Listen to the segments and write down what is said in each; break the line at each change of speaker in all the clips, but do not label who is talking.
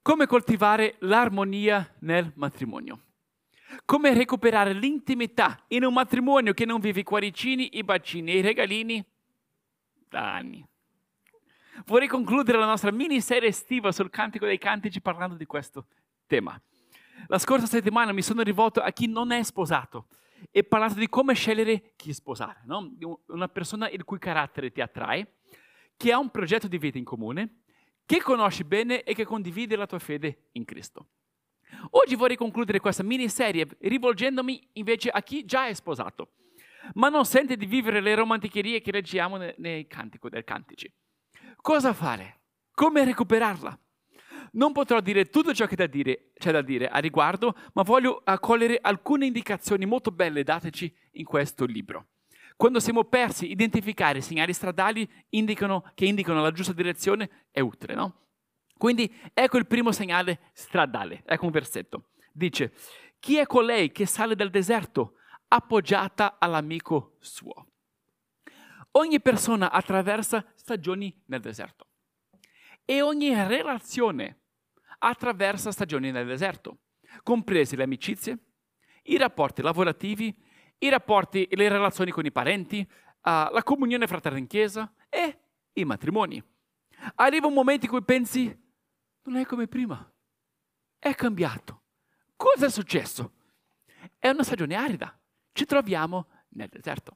Come coltivare l'armonia nel matrimonio. Come recuperare l'intimità in un matrimonio che non vive i cuoricini, i bacini e i regalini da anni. Vorrei concludere la nostra miniserie estiva sul Cantico dei Cantici parlando di questo tema. La scorsa settimana mi sono rivolto a chi non è sposato e parlato di come scegliere chi sposare, no? Una persona il cui carattere ti attrae, che ha un progetto di vita in comune, che conosci bene e che condivide la tua fede in Cristo. Oggi vorrei concludere questa miniserie rivolgendomi invece a chi già è sposato, ma non sente di vivere le romanticherie che leggiamo nei Cantico dei Cantici. Cosa fare? Come recuperarla? Non potrò dire tutto ciò che c'è da dire a riguardo, ma voglio cogliere alcune indicazioni molto belle dateci in questo libro. Quando siamo persi, identificare i segnali stradali che indicano la giusta direzione è utile, no? Quindi ecco il primo segnale stradale, ecco un versetto. Dice, chi è colei che sale dal deserto appoggiata all'amico suo? Ogni persona attraversa stagioni nel deserto e ogni relazione attraversa stagioni nel deserto, comprese le amicizie, i rapporti lavorativi, le relazioni con i parenti, la comunione fraterna in chiesa e i matrimoni. Arriva un momento in cui pensi, non è come prima, è cambiato. Cosa è successo? È una stagione arida, ci troviamo nel deserto.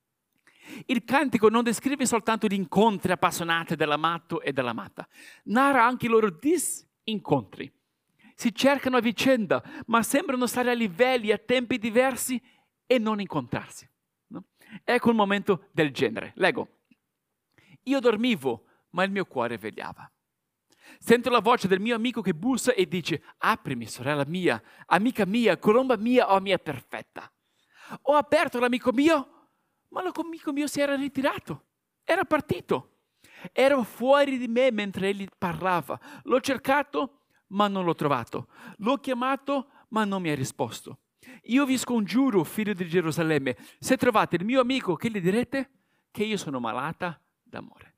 Il cantico non descrive soltanto gli incontri appassionati dell'amato e dell'amata, narra anche i loro disincontri. Si cercano a vicenda, ma sembrano stare a livelli, a tempi diversi e non incontrarsi. No? Ecco il momento del genere. Leggo. Io dormivo, ma il mio cuore vegliava. Sento la voce del mio amico che bussa e dice, aprimi, sorella mia, amica mia, colomba mia o mia perfetta. Ho aperto l'amico mio, ma l'amico mio si era ritirato, era partito. Ero fuori di me mentre egli parlava. L'ho cercato, ma non l'ho trovato. L'ho chiamato, ma non mi ha risposto. Io vi scongiuro, figlio di Gerusalemme, se trovate il mio amico, che gli direte? Che io sono malata d'amore.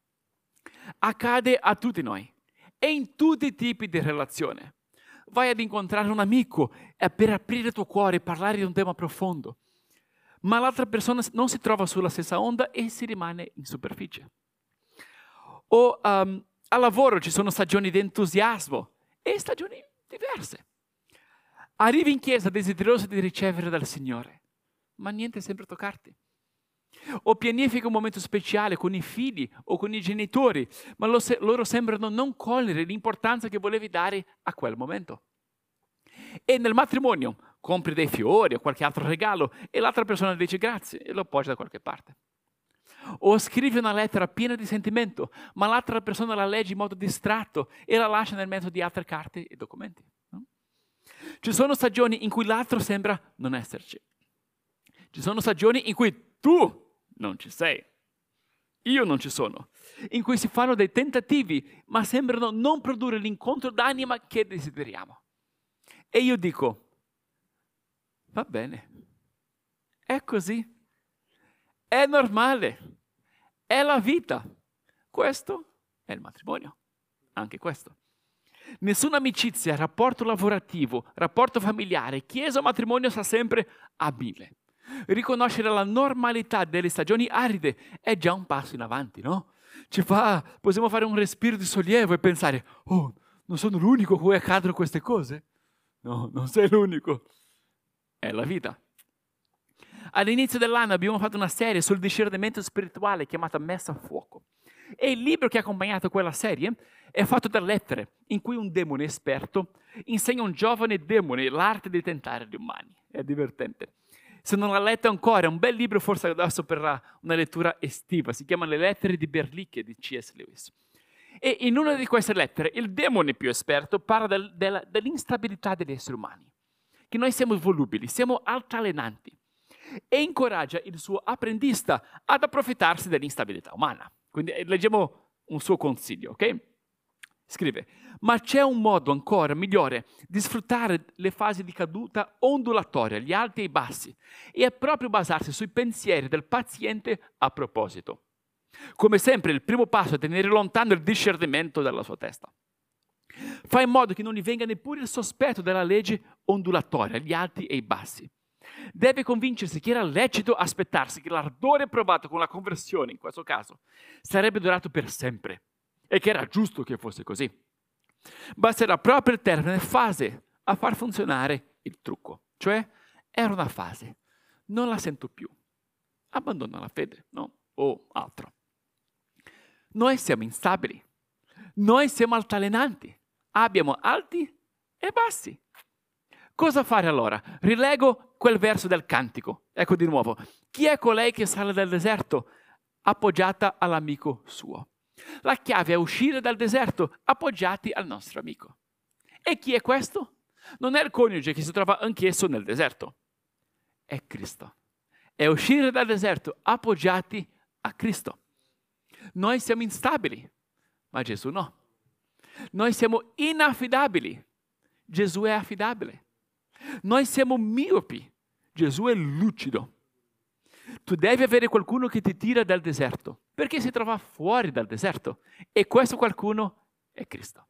Accade a tutti noi e in tutti i tipi di relazione. Vai ad incontrare un amico per aprire il tuo cuore e parlare di un tema profondo, ma l'altra persona non si trova sulla stessa onda e si rimane in superficie. O al lavoro ci sono stagioni di entusiasmo e stagioni diverse. Arrivi in chiesa desideroso di ricevere dal Signore, ma niente sembra toccarti. O pianifica un momento speciale con i figli o con i genitori, ma loro sembrano non cogliere l'importanza che volevi dare a quel momento. E nel matrimonio compri dei fiori o qualche altro regalo e l'altra persona dice grazie e lo appoggia da qualche parte. O scrivi una lettera piena di sentimento, ma l'altra persona la legge in modo distratto e la lascia nel mezzo di altre carte e documenti. No? Ci sono stagioni in cui l'altro sembra non esserci. Ci sono stagioni in cui tu non ci sei, io non ci sono, in cui si fanno dei tentativi, ma sembrano non produrre l'incontro d'anima che desideriamo. E io dico, va bene, è così, è normale, è la vita. Questo è il matrimonio, anche questo. Nessuna amicizia, rapporto lavorativo, rapporto familiare, chiesa o matrimonio sta sempre a 1000. Riconoscere la normalità delle stagioni aride è già un passo in avanti, no? Possiamo fare un respiro di sollievo e pensare, oh, non sono l'unico a cui accadono queste cose? No, non sei l'unico. È la vita. All'inizio dell'anno abbiamo fatto una serie sul discernimento spirituale chiamata Messa a Fuoco. E il libro che ha accompagnato quella serie è fatto da lettere in cui un demone esperto insegna a un giovane demone l'arte di tentare gli umani. È divertente. Se non l'ha letto ancora, è un bel libro forse adesso per una lettura estiva. Si chiama Le lettere di Berlicche di C.S. Lewis. E in una di queste lettere il demone più esperto parla dell'instabilità degli esseri umani. Che noi siamo volubili, siamo altalenanti. E incoraggia il suo apprendista ad approfittarsi dell'instabilità umana. Quindi leggiamo un suo consiglio, ok? Scrive, ma c'è un modo ancora migliore di sfruttare le fasi di caduta ondulatoria, gli alti e i bassi, e è proprio basarsi sui pensieri del paziente a proposito. Come sempre, il primo passo è tenere lontano il discernimento dalla sua testa. Fa in modo che non gli venga neppure il sospetto della legge ondulatoria, gli alti e i bassi. Deve convincersi che era lecito aspettarsi che l'ardore provato con la conversione, in questo caso, sarebbe durato per sempre e che era giusto che fosse così. Basterà proprio il termine fase a far funzionare il trucco. Cioè, era una fase, non la sento più. Abbandona la fede, no? O altro. Noi siamo instabili, noi siamo altalenanti, abbiamo alti e bassi. Cosa fare allora? Rilego quel verso del cantico. Ecco di nuovo. Chi è colei che sale dal deserto appoggiata all'amico suo? La chiave è uscire dal deserto appoggiati al nostro amico. E chi è questo? Non è il coniuge che si trova anch'esso nel deserto. È Cristo. È uscire dal deserto appoggiati a Cristo. Noi siamo instabili, ma Gesù no. Noi siamo inaffidabili. Gesù è affidabile. Noi siamo miopi. Gesù è lucido. Tu devi avere qualcuno che ti tira dal deserto, perché si trova fuori dal deserto. E questo qualcuno è Cristo.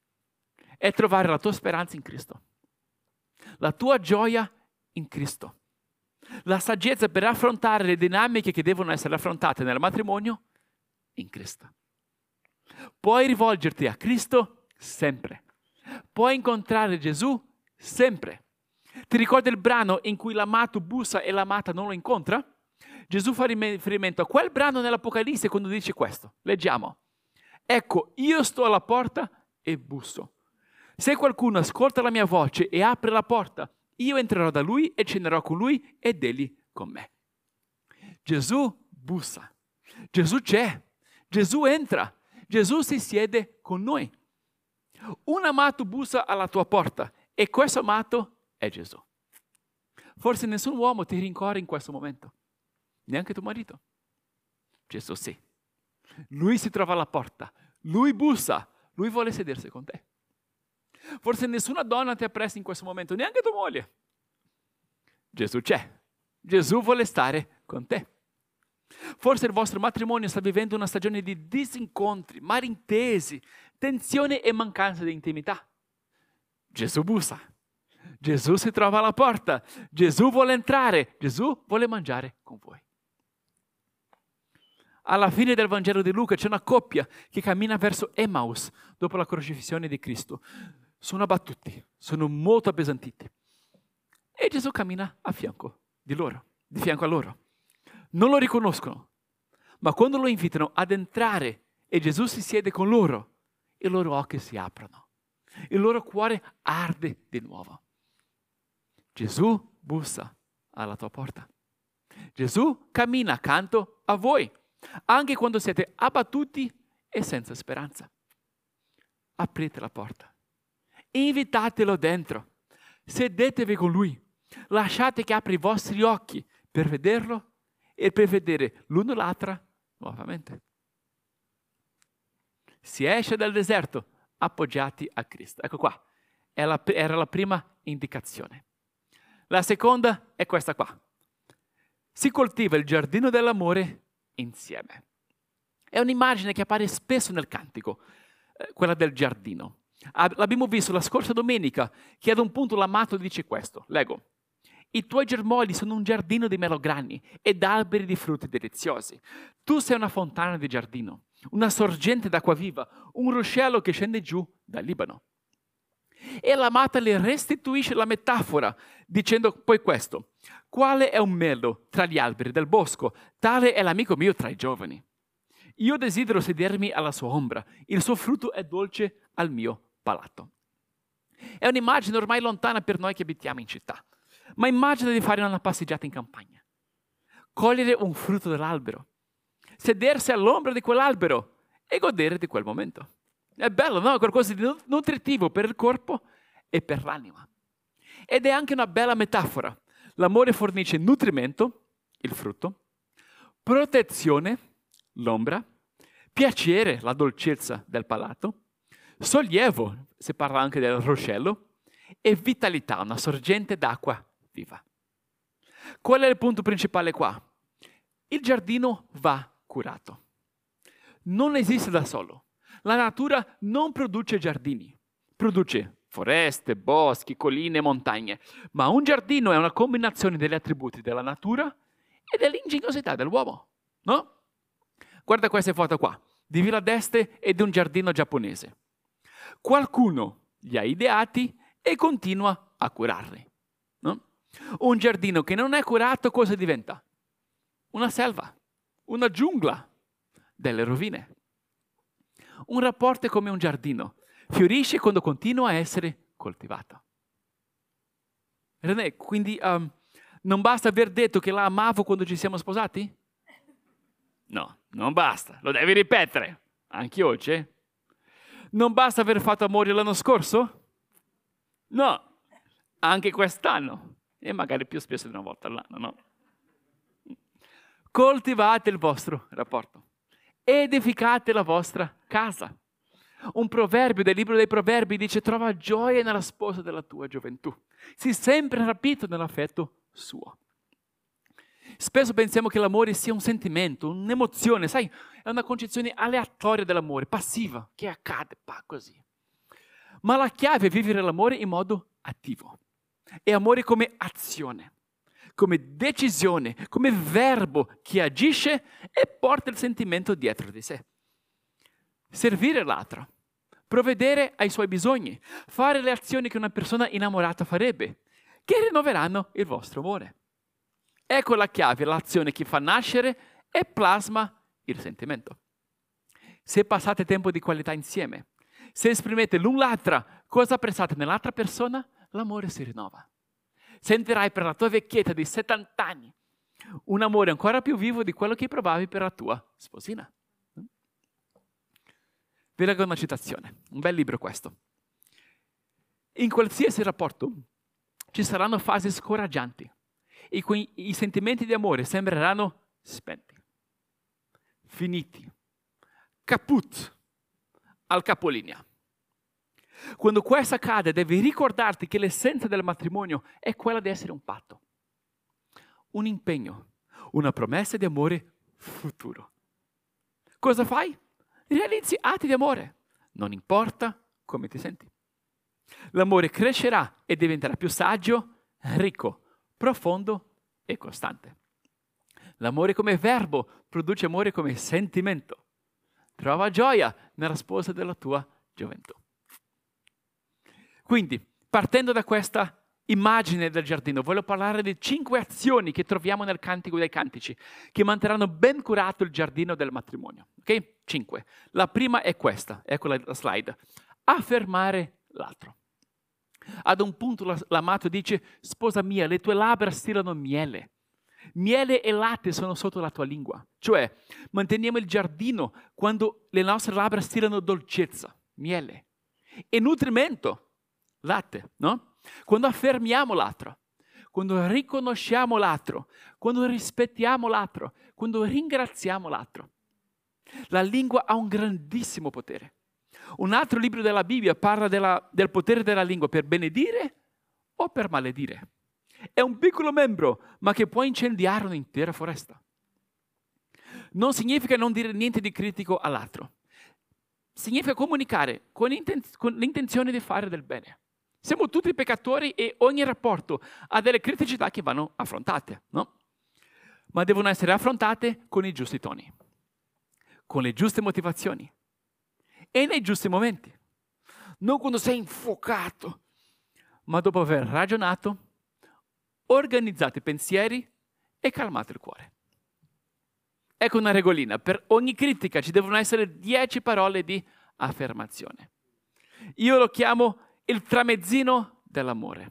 È trovare la tua speranza in Cristo. La tua gioia in Cristo. La saggezza per affrontare le dinamiche che devono essere affrontate nel matrimonio in Cristo. Puoi rivolgerti a Cristo sempre. Puoi incontrare Gesù sempre. Ti ricordi il brano in cui l'amato bussa e l'amata non lo incontra? Gesù fa riferimento a quel brano nell'Apocalisse quando dice questo. Leggiamo. Ecco, io sto alla porta e busso. Se qualcuno ascolta la mia voce e apre la porta, io entrerò da lui e cenerò con lui ed egli con me. Gesù bussa. Gesù c'è. Gesù entra. Gesù si siede con noi. Un amato bussa alla tua porta e questo amato è Gesù. Forse nessun uomo ti rincorre in questo momento. Neanche tuo marito. Gesù sì. Lui si trova alla porta. Lui bussa. Lui vuole sedersi con te. Forse nessuna donna ti apprezza in questo momento, neanche tua moglie. Gesù c'è. Gesù vuole stare con te. Forse il vostro matrimonio sta vivendo una stagione di disincontri, malintesi, tensione e mancanza di intimità. Gesù bussa. Gesù si trova alla porta. Gesù vuole entrare. Gesù vuole mangiare con voi. Alla fine del Vangelo di Luca c'è una coppia che cammina verso Emmaus dopo la crocifissione di Cristo. Sono abbattuti, sono molto appesantiti. E Gesù cammina a fianco di loro, di fianco a loro. Non lo riconoscono, ma quando lo invitano ad entrare e Gesù si siede con loro, i loro occhi si aprono, il loro cuore arde di nuovo. Gesù bussa alla tua porta. Gesù cammina accanto a voi, anche quando siete abbattuti e senza speranza. Aprite la porta. Invitatelo dentro. Sedetevi con lui. Lasciate che apra i vostri occhi per vederlo e per vedere l'uno l'altra nuovamente. Si esce dal deserto appoggiati a Cristo. Ecco qua. Era la prima indicazione. La seconda è questa qua. Si coltiva il giardino dell'amore insieme. È un'immagine che appare spesso nel cantico, quella del giardino. L'abbiamo visto la scorsa domenica che ad un punto l'amato dice questo. Leggo. I tuoi germogli sono un giardino di melograni ed alberi di frutti deliziosi. Tu sei una fontana di giardino, una sorgente d'acqua viva, un ruscello che scende giù dal Libano. E l'amata le restituisce la metafora dicendo poi questo. Quale è un melo tra gli alberi del bosco? Tale è l'amico mio tra i giovani. Io desidero sedermi alla sua ombra. Il suo frutto è dolce al mio palato. È un'immagine ormai lontana per noi che abitiamo in città. Ma immagina di fare una passeggiata in campagna. Cogliere un frutto dell'albero. Sedersi all'ombra di quell'albero e godere di quel momento. È bello, no? Qualcosa di nutritivo per il corpo e per l'anima. Ed è anche una bella metafora. L'amore fornisce nutrimento, il frutto, protezione, l'ombra, piacere, la dolcezza del palato, sollievo, si parla anche del ruscello, e vitalità, una sorgente d'acqua viva. Qual è il punto principale qua? Il giardino va curato. Non esiste da solo. La natura non produce giardini. produce foreste, boschi, colline, montagne. Ma un giardino è una combinazione degli attributi della natura e dell'ingegnosità dell'uomo, no? Guarda queste foto qua, di Villa d'Este e di un giardino giapponese. Qualcuno li ha ideati e continua a curarli, no? Un giardino che non è curato cosa diventa? Una selva, una giungla, delle rovine. Un rapporto è come un giardino, fiorisce quando continua a essere coltivato. René, quindi non basta aver detto che la amavo quando ci siamo sposati? No, non basta, lo devi ripetere, anche oggi. Non basta aver fatto amore l'anno scorso? No, anche quest'anno, e magari più spesso di una volta all'anno, no? Coltivate il vostro rapporto, edificate la vostra casa. Un proverbio del libro dei proverbi dice: trova gioia nella sposa della tua gioventù. Sii sempre rapito nell'affetto suo. Spesso pensiamo che l'amore sia un sentimento, un'emozione, sai, è una concezione aleatoria dell'amore, passiva, che accade, così. Ma la chiave è vivere l'amore in modo attivo. È amore come azione, come decisione, come verbo che agisce e porta il sentimento dietro di sé. Servire l'altro, provvedere ai suoi bisogni, fare le azioni che una persona innamorata farebbe, che rinnoveranno il vostro amore. Ecco la chiave, l'azione che fa nascere e plasma il sentimento. Se passate tempo di qualità insieme, se esprimete l'un l'altra cosa apprezzate nell'altra persona, l'amore si rinnova. Sentirai per la tua vecchietta di 70 anni un amore ancora più vivo di quello che provavi per la tua sposina. Vi leggo una citazione, un bel libro questo. In qualsiasi rapporto ci saranno fasi scoraggianti in cui i sentimenti di amore sembreranno spenti, finiti, caput, al capolinea. Quando questo accade devi ricordarti che l'essenza del matrimonio è quella di essere un patto, un impegno, una promessa di amore futuro. Cosa fai? Realizzi atti di amore, non importa come ti senti. L'amore crescerà e diventerà più saggio, ricco, profondo e costante. L'amore come verbo produce amore come sentimento. Trova gioia nella sposa della tua gioventù. Quindi, partendo da questa immagine del giardino, voglio parlare di 5 azioni che troviamo nel Cantico dei Cantici, che manterranno ben curato il giardino del matrimonio. Ok? 5. La prima è questa, ecco la slide. Affermare l'altro. Ad un punto l'amato dice: sposa mia, le tue labbra stilano miele. Miele e latte sono sotto la tua lingua. Cioè, manteniamo il giardino quando le nostre labbra stilano dolcezza, miele. E nutrimento, latte, no? Quando affermiamo l'altro, quando riconosciamo l'altro, quando rispettiamo l'altro, quando ringraziamo l'altro. La lingua ha un grandissimo potere. Un altro libro della Bibbia parla del potere della lingua per benedire o per maledire. È un piccolo membro, ma che può incendiare un'intera foresta. Non significa non dire niente di critico all'altro. Significa comunicare con l'intenzione di fare del bene. Siamo tutti peccatori e ogni rapporto ha delle criticità che vanno affrontate, no? Ma devono essere affrontate con i giusti toni, con le giuste motivazioni e nei giusti momenti. Non quando sei infuocato, ma dopo aver ragionato, organizzato i pensieri e calmato il cuore. Ecco una regolina: per ogni critica ci devono essere 10 parole di affermazione. Io lo chiamo il tramezzino dell'amore.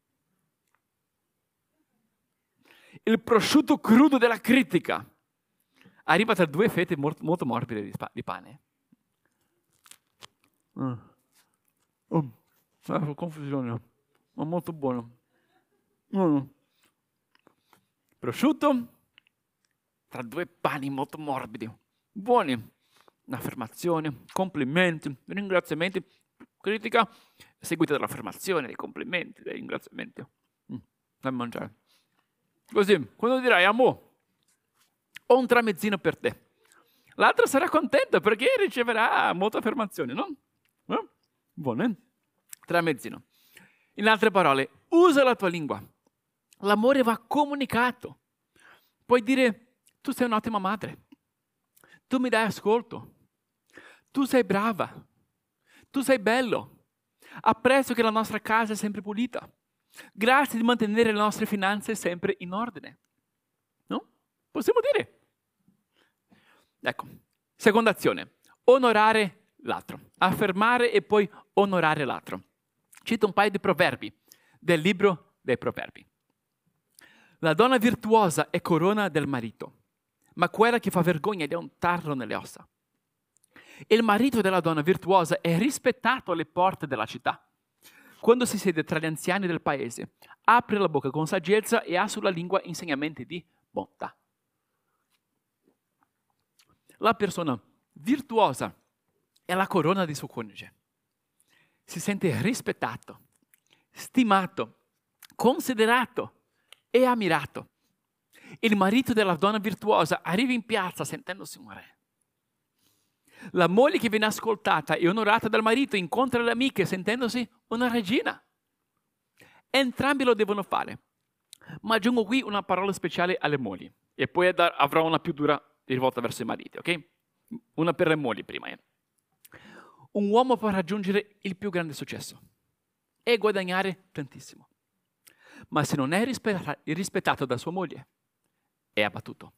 Il prosciutto crudo della critica arriva tra 2 fette molto morbide di pane. Confusione, ma molto buono. Prosciutto tra 2 pani molto morbidi, buoni. Un'affermazione, complimenti, ringraziamenti, critica seguita dall'affermazione, dei complimenti, dei ringraziamenti. Da mangiare. Così, quando dirai: amo, ho un tramezzino per te, l'altro sarà contento perché riceverà molte affermazioni, no? Buono, eh? tramezzino. In altre parole, usa la tua lingua. L'amore va comunicato. Puoi dire, tu sei un'ottima madre. Tu mi dai ascolto. Tu sei brava. Tu sei bello. Apprezzo che la nostra casa è sempre pulita. Grazie di mantenere le nostre finanze sempre in ordine. No? Possiamo dire. Ecco, seconda azione. Onorare l'altro. Affermare e poi onorare l'altro. Cito un paio di proverbi del libro dei proverbi. La donna virtuosa è corona del marito, ma quella che fa vergogna è un tarlo nelle ossa. Il marito della donna virtuosa è rispettato alle porte della città. Quando si siede tra gli anziani del paese, apre la bocca con saggezza e ha sulla lingua insegnamenti di bontà. La persona virtuosa è la corona di suo coniuge. Si sente rispettato, stimato, considerato e ammirato. Il marito della donna virtuosa arriva in piazza sentendosi un re. La moglie che viene ascoltata e onorata dal marito incontra le amiche sentendosi una regina. Entrambi lo devono fare. Ma aggiungo qui una parola speciale alle mogli e poi avrò una più dura rivolta verso i mariti, ok? Una per le mogli prima. Un uomo può raggiungere il più grande successo e guadagnare tantissimo. Ma se non è rispettato da sua moglie, è abbattuto,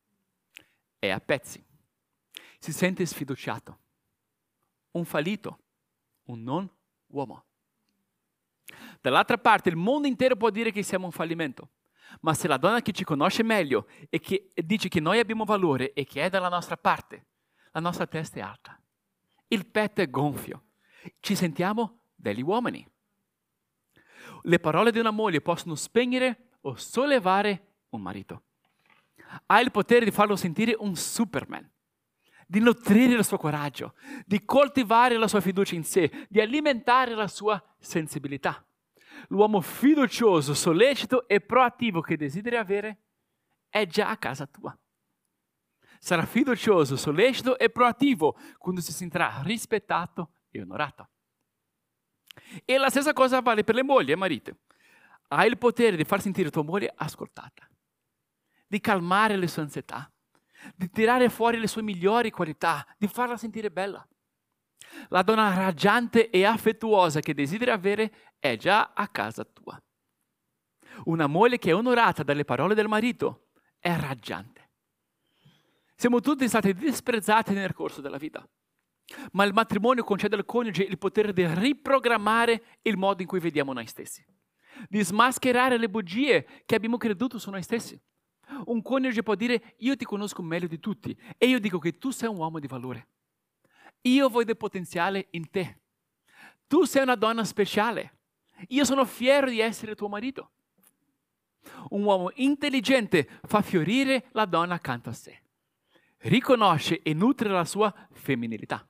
è a pezzi, si sente sfiduciato, un fallito, un non uomo. Dall'altra parte, il mondo intero può dire che siamo un fallimento, ma se la donna che ci conosce meglio e che dice che noi abbiamo valore e che è dalla nostra parte, la nostra testa è alta, il petto è gonfio, ci sentiamo degli uomini. Le parole di una moglie possono spegnere o sollevare un marito. Ha il potere di farlo sentire un Superman, di nutrire il suo coraggio, di coltivare la sua fiducia in sé, di alimentare la sua sensibilità. L'uomo fiducioso, sollecito e proattivo che desideri avere è già a casa tua. Sarà fiducioso, sollecito e proattivo quando si sentirà rispettato e onorato. E la stessa cosa vale per le mogli e mariti. Hai il potere di far sentire tua moglie ascoltata, di calmare le sue ansietà, di tirare fuori le sue migliori qualità, di farla sentire bella. La donna raggiante e affettuosa che desideri avere è già a casa tua. Una moglie che è onorata dalle parole del marito è raggiante. Siamo tutti stati disprezzati nel corso della vita, ma il matrimonio concede al coniuge il potere di riprogrammare il modo in cui vediamo noi stessi, di smascherare le bugie che abbiamo creduto su noi stessi. Un coniuge può dire: io ti conosco meglio di tutti e io dico che tu sei un uomo di valore. Io vedo potenziale in te. Tu sei una donna speciale. Io sono fiero di essere tuo marito. Un uomo intelligente fa fiorire la donna accanto a sé. Riconosce e nutre la sua femminilità.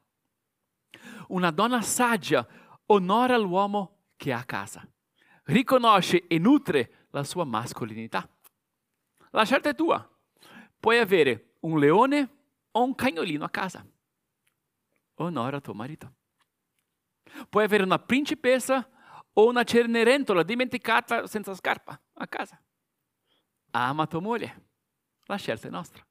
Una donna saggia onora l'uomo che ha a casa. Riconosce e nutre la sua mascolinità. La scelta è tua. Puoi avere un leone o un cagnolino a casa. Onora tuo marito. Puoi avere una principessa o una cenerentola dimenticata senza scarpa a casa. Ama tua moglie. La scelta è nostra.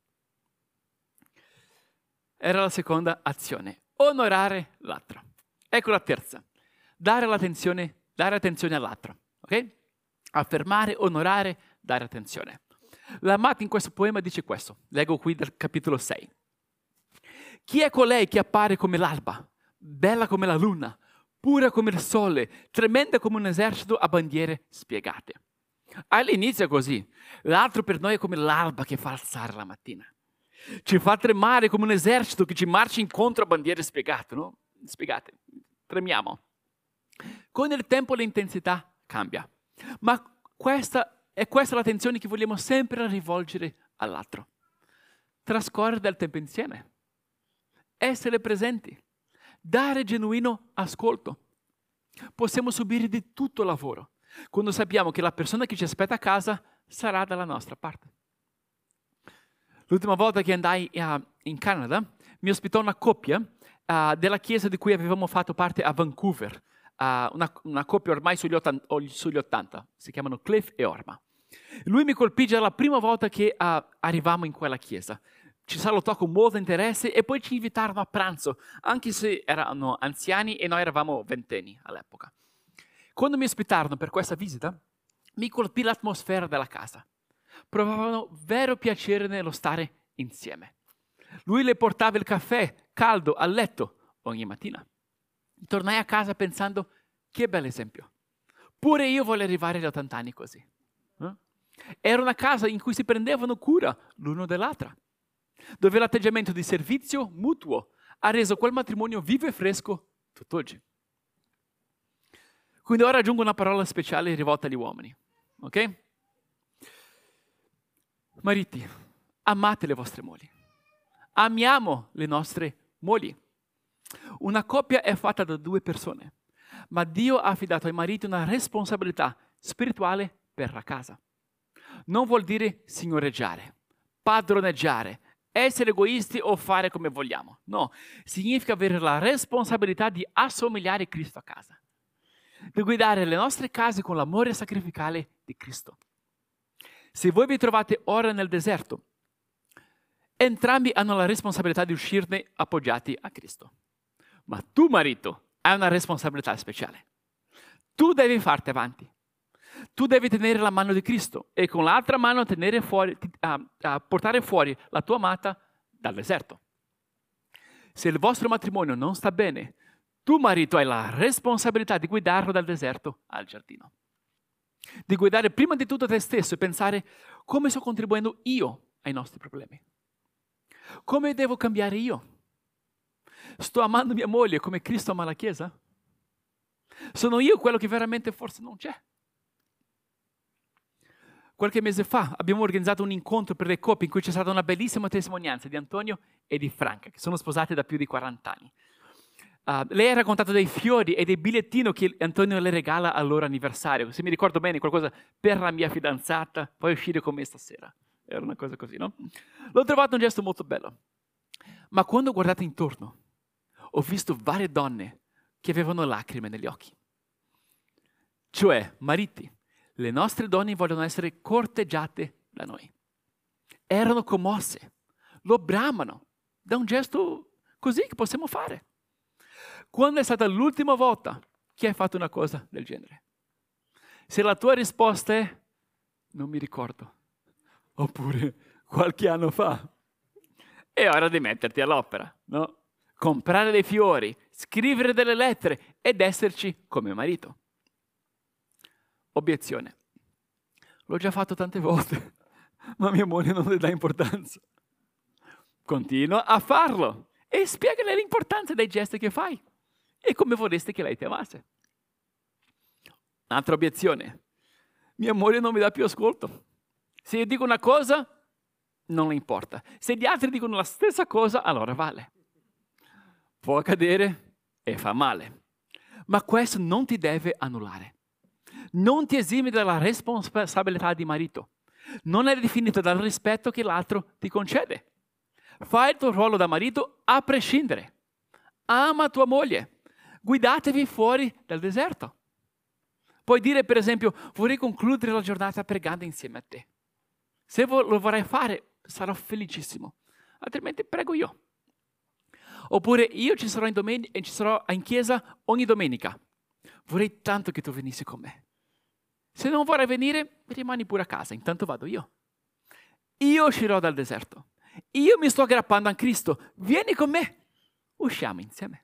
Era la seconda azione. Onorare l'altro. Ecco la terza. Dare attenzione all'altro. Ok? Affermare, onorare, dare attenzione. L'Amat in questo poema dice questo. Leggo qui dal capitolo 6. Chi è colei che appare come l'alba, bella come la luna, pura come il sole, tremenda come un esercito a bandiere spiegate? All'inizio è così. L'altro per noi è come l'alba che fa alzare la mattina. Ci fa tremare come un esercito che ci marcia incontro a bandiere spiegate, no? Spiegate. Tremiamo. Con il tempo l'intensità cambia. Ma questa è l'attenzione che vogliamo sempre rivolgere all'altro. Trascorrere del tempo insieme. Essere presenti. Dare genuino ascolto. Possiamo subire di tutto lavoro quando sappiamo che la persona che ci aspetta a casa sarà dalla nostra parte. L'ultima volta che andai in Canada mi ospitò una coppia della chiesa di cui avevamo fatto parte a Vancouver, una coppia ormai sugli 80, si chiamano Cliff e Orma. Lui mi colpì già la prima volta che arrivavamo in quella chiesa. Ci salutò con molto interesse e poi ci invitarono a pranzo, anche se erano anziani e noi eravamo ventenni all'epoca. Quando mi ospitarono per questa visita, mi colpì l'atmosfera della casa. Provavano vero piacere nello stare insieme. Lui le portava il caffè caldo a letto ogni mattina. Tornai a casa pensando, che bel esempio. Pure io voglio arrivare agli 80 anni così. Era una casa in cui si prendevano cura l'uno dell'altra, dove l'atteggiamento di servizio mutuo ha reso quel matrimonio vivo e fresco tutt'oggi. Quindi ora aggiungo una parola speciale rivolta agli uomini. Ok? Mariti, amate le vostre mogli. Amiamo le nostre mogli. Una coppia è fatta da due persone, ma Dio ha affidato ai mariti una responsabilità spirituale per la casa. Non vuol dire signoreggiare, padroneggiare, essere egoisti o fare come vogliamo. No, significa avere la responsabilità di assomigliare Cristo a casa, di guidare le nostre case con l'amore sacrificale di Cristo. Se voi vi trovate ora nel deserto, entrambi hanno la responsabilità di uscirne appoggiati a Cristo. Ma tu, marito, hai una responsabilità speciale. Tu devi farti avanti. Tu devi tenere la mano di Cristo e con l'altra mano tenere fuori, portare fuori la tua amata dal deserto. Se il vostro matrimonio non sta bene, tu, marito, hai la responsabilità di guidarlo dal deserto al giardino. Di guidare prima di tutto te stesso e pensare come sto contribuendo io ai nostri problemi. Come devo cambiare io? Sto amando mia moglie come Cristo ama la Chiesa? Sono io quello che veramente forse non c'è? Qualche mese fa abbiamo organizzato un incontro per le coppie in cui c'è stata una bellissima testimonianza di Antonio e di Franca, che sono sposati da più di 40 anni. Lei ha raccontato dei fiori e dei bigliettini che Antonio le regala al loro anniversario. Se mi ricordo bene, qualcosa per la mia fidanzata, puoi uscire con me stasera. Era una cosa così, no? L'ho trovato un gesto molto bello. Ma quando ho guardato intorno, ho visto varie donne che avevano lacrime negli occhi. Cioè, mariti, le nostre donne vogliono essere corteggiate da noi. Erano commosse, lo bramano da un gesto così che possiamo fare. Quando è stata l'ultima volta che hai fatto una cosa del genere? Se la tua risposta è non mi ricordo, oppure qualche anno fa, è ora di metterti all'opera, no? Comprare dei fiori, scrivere delle lettere ed esserci come marito. Obiezione. L'ho già fatto tante volte, ma mia moglie non le dà importanza. Continua a farlo e spiegale l'importanza dei gesti che fai e come vorresti che lei ti amasse. Un'altra obiezione. Mia moglie non mi dà più ascolto. Se io dico una cosa, non le importa. Se gli altri dicono la stessa cosa, allora vale. Può accadere e fa male. Ma questo non ti deve annullare. Non ti esimi dalla responsabilità di marito. Non è definito dal rispetto che l'altro ti concede. Fai il tuo ruolo da marito a prescindere. Ama tua moglie. Guidatevi fuori dal deserto. Puoi dire, per esempio, vorrei concludere la giornata pregando insieme a te. Se lo vorrai fare, sarò felicissimo. Altrimenti prego io. Oppure io ci sarò in chiesa ogni domenica. Vorrei tanto che tu venissi con me. Se non vorrai venire, rimani pure a casa, intanto vado io. Io uscirò dal deserto. Io mi sto aggrappando a Cristo. Vieni con me. Usciamo insieme.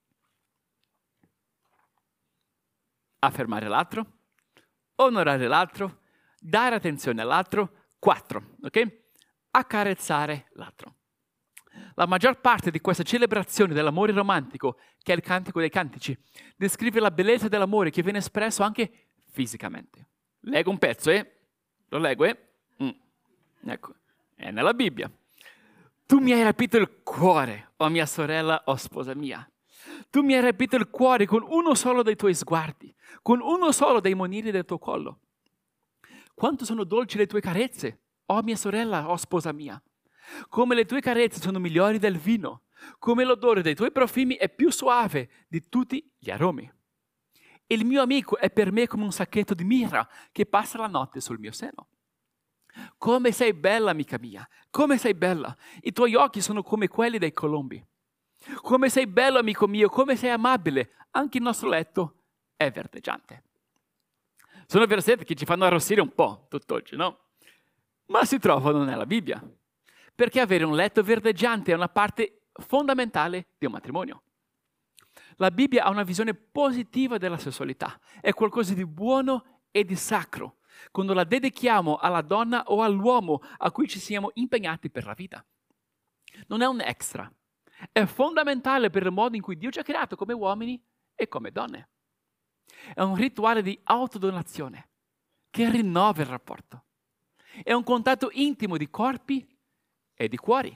Affermare l'altro, onorare l'altro, dare attenzione all'altro. 4, ok? Accarezzare l'altro. La maggior parte di questa celebrazione dell'amore romantico, che è il Cantico dei Cantici, descrive la bellezza dell'amore che viene espresso anche fisicamente. Leggo un pezzo, Lo leggo, Ecco, è nella Bibbia. Tu mi hai rapito il cuore, o mia sorella, o sposa mia. Tu mi hai rapito il cuore con uno solo dei tuoi sguardi, con uno solo dei monili del tuo collo. Quanto sono dolci le tue carezze, o mia sorella, o sposa mia. Come le tue carezze sono migliori del vino, come l'odore dei tuoi profumi è più suave di tutti gli aromi. Il mio amico è per me come un sacchetto di mirra che passa la notte sul mio seno. Come sei bella, amica mia, come sei bella. I tuoi occhi sono come quelli dei colombi. Come sei bello, amico mio, come sei amabile. Anche il nostro letto è verdeggiante. Sono versetti che ci fanno arrossire un po' tutt'oggi, no? Ma si trovano nella Bibbia. Perché avere un letto verdeggiante è una parte fondamentale di un matrimonio. La Bibbia ha una visione positiva della sessualità. È qualcosa di buono e di sacro, quando la dedichiamo alla donna o all'uomo a cui ci siamo impegnati per la vita. Non è un extra. È fondamentale per il modo in cui Dio ci ha creato come uomini e come donne. È un rituale di autodonazione che rinnova il rapporto. È un contatto intimo di corpi e di cuori.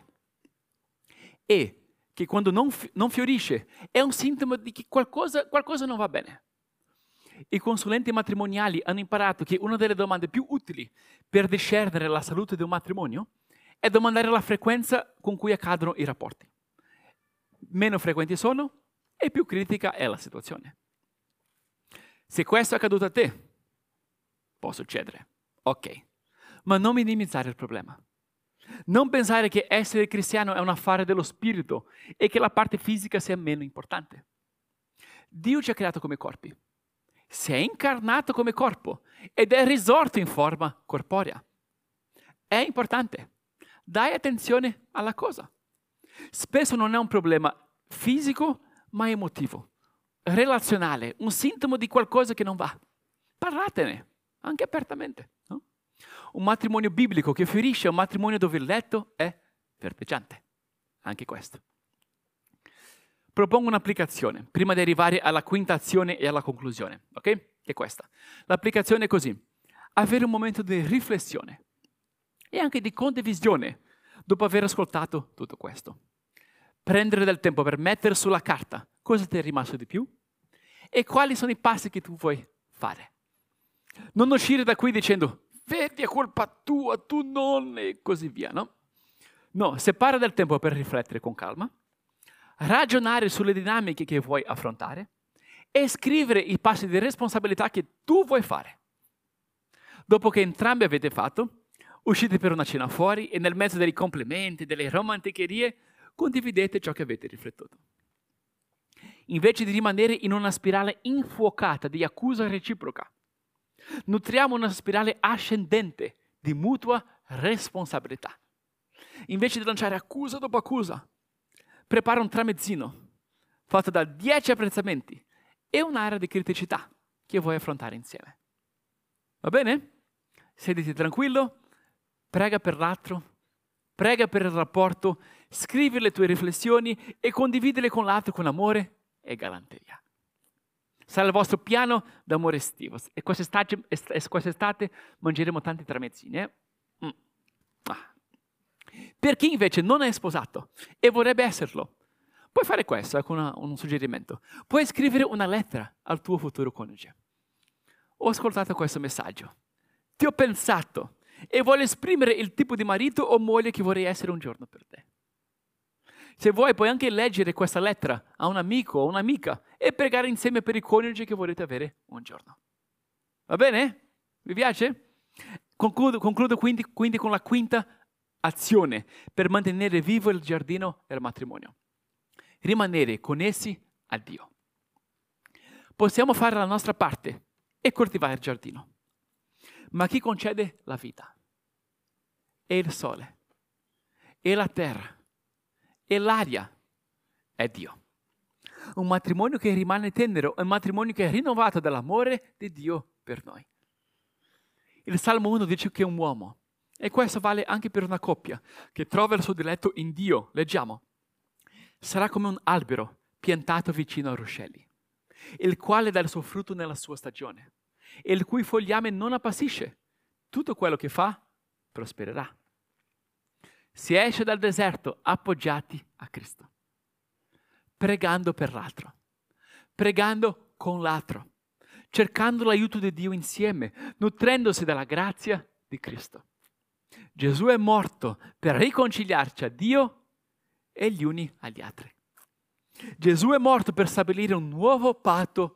E che quando non fiorisce è un sintomo di che qualcosa non va bene. I consulenti matrimoniali hanno imparato che una delle domande più utili per discernere la salute di un matrimonio è domandare la frequenza con cui accadono i rapporti. Meno frequenti sono e più critica è la situazione. Se questo è accaduto a te, può succedere, ok, ma non minimizzare il problema. Non pensare che essere cristiano è un affare dello spirito e che la parte fisica sia meno importante. Dio ci ha creato come corpi. Si è incarnato come corpo ed è risorto in forma corporea. È importante. Dai attenzione alla cosa. Spesso non è un problema fisico, ma emotivo, relazionale, un sintomo di qualcosa che non va. Parlatene, anche apertamente. No? Un matrimonio biblico che ferisce è un matrimonio dove il letto è verdeggiante. Anche questo. Propongo un'applicazione prima di arrivare alla quinta azione e alla conclusione, ok? Che è questa. L'applicazione è così. Avere un momento di riflessione e anche di condivisione dopo aver ascoltato tutto questo. Prendere del tempo per mettere sulla carta cosa ti è rimasto di più e quali sono i passi che tu vuoi fare. Non uscire da qui dicendo vedi è colpa tua, tu non, e così via, no? No, separa del tempo per riflettere con calma, ragionare sulle dinamiche che vuoi affrontare e scrivere i passi di responsabilità che tu vuoi fare. Dopo che entrambi avete fatto, uscite per una cena fuori e nel mezzo dei complimenti, delle romanticherie, condividete ciò che avete riflettuto. Invece di rimanere in una spirale infuocata di accusa reciproca, nutriamo una spirale ascendente di mutua responsabilità. Invece di lanciare accusa dopo accusa, prepara un tramezzino fatto da 10 apprezzamenti e un'area di criticità che vuoi affrontare insieme. Va bene? Sediti tranquillo, prega per l'altro, prega per il rapporto, scrivi le tue riflessioni e condividile con l'altro con amore e galanteria. Sarà il vostro piano d'amore estivo. E quest'estate mangeremo tanti tramezzini. Per chi invece non è sposato e vorrebbe esserlo, puoi fare questo, ecco un suggerimento. Puoi scrivere una lettera al tuo futuro coniuge. Ho ascoltato questo messaggio. Ti ho pensato e voglio esprimere il tipo di marito o moglie che vorrei essere un giorno per te. Se vuoi puoi anche leggere questa lettera a un amico o un'amica e pregare insieme per i coniugi che vorrete avere un giorno. Va bene? Vi piace? Concludo quindi con la quinta azione per mantenere vivo il giardino del matrimonio. Rimanere connessi a Dio. Possiamo fare la nostra parte e coltivare il giardino. Ma chi concede la vita? E il sole, e la terra, e l'aria è Dio. Un matrimonio che rimane tenero è un matrimonio che è rinnovato dall'amore di Dio per noi. Il Salmo 1 dice che un uomo, e questo vale anche per una coppia, che trova il suo diletto in Dio, leggiamo, sarà come un albero piantato vicino a ruscelli, il quale dà il suo frutto nella sua stagione, e il cui fogliame non appassisce. Tutto quello che fa prospererà. Si esce dal deserto appoggiati a Cristo, pregando per l'altro, pregando con l'altro, cercando l'aiuto di Dio insieme, nutrendosi della grazia di Cristo. Gesù è morto per riconciliarci a Dio e gli uni agli altri. Gesù è morto per stabilire un nuovo patto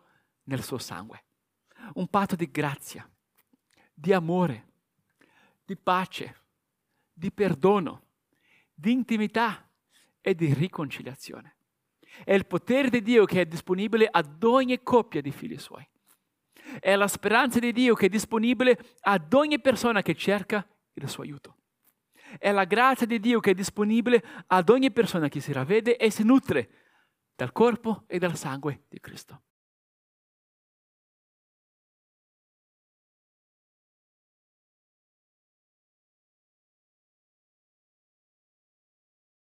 nel suo sangue. Un patto di grazia, di amore, di pace, di perdono, di intimità e di riconciliazione. È il potere di Dio che è disponibile ad ogni coppia di figli suoi. È la speranza di Dio che è disponibile ad ogni persona che cerca il suo aiuto. È la grazia di Dio che è disponibile ad ogni persona che si ravvede e si nutre dal corpo e dal sangue di Cristo.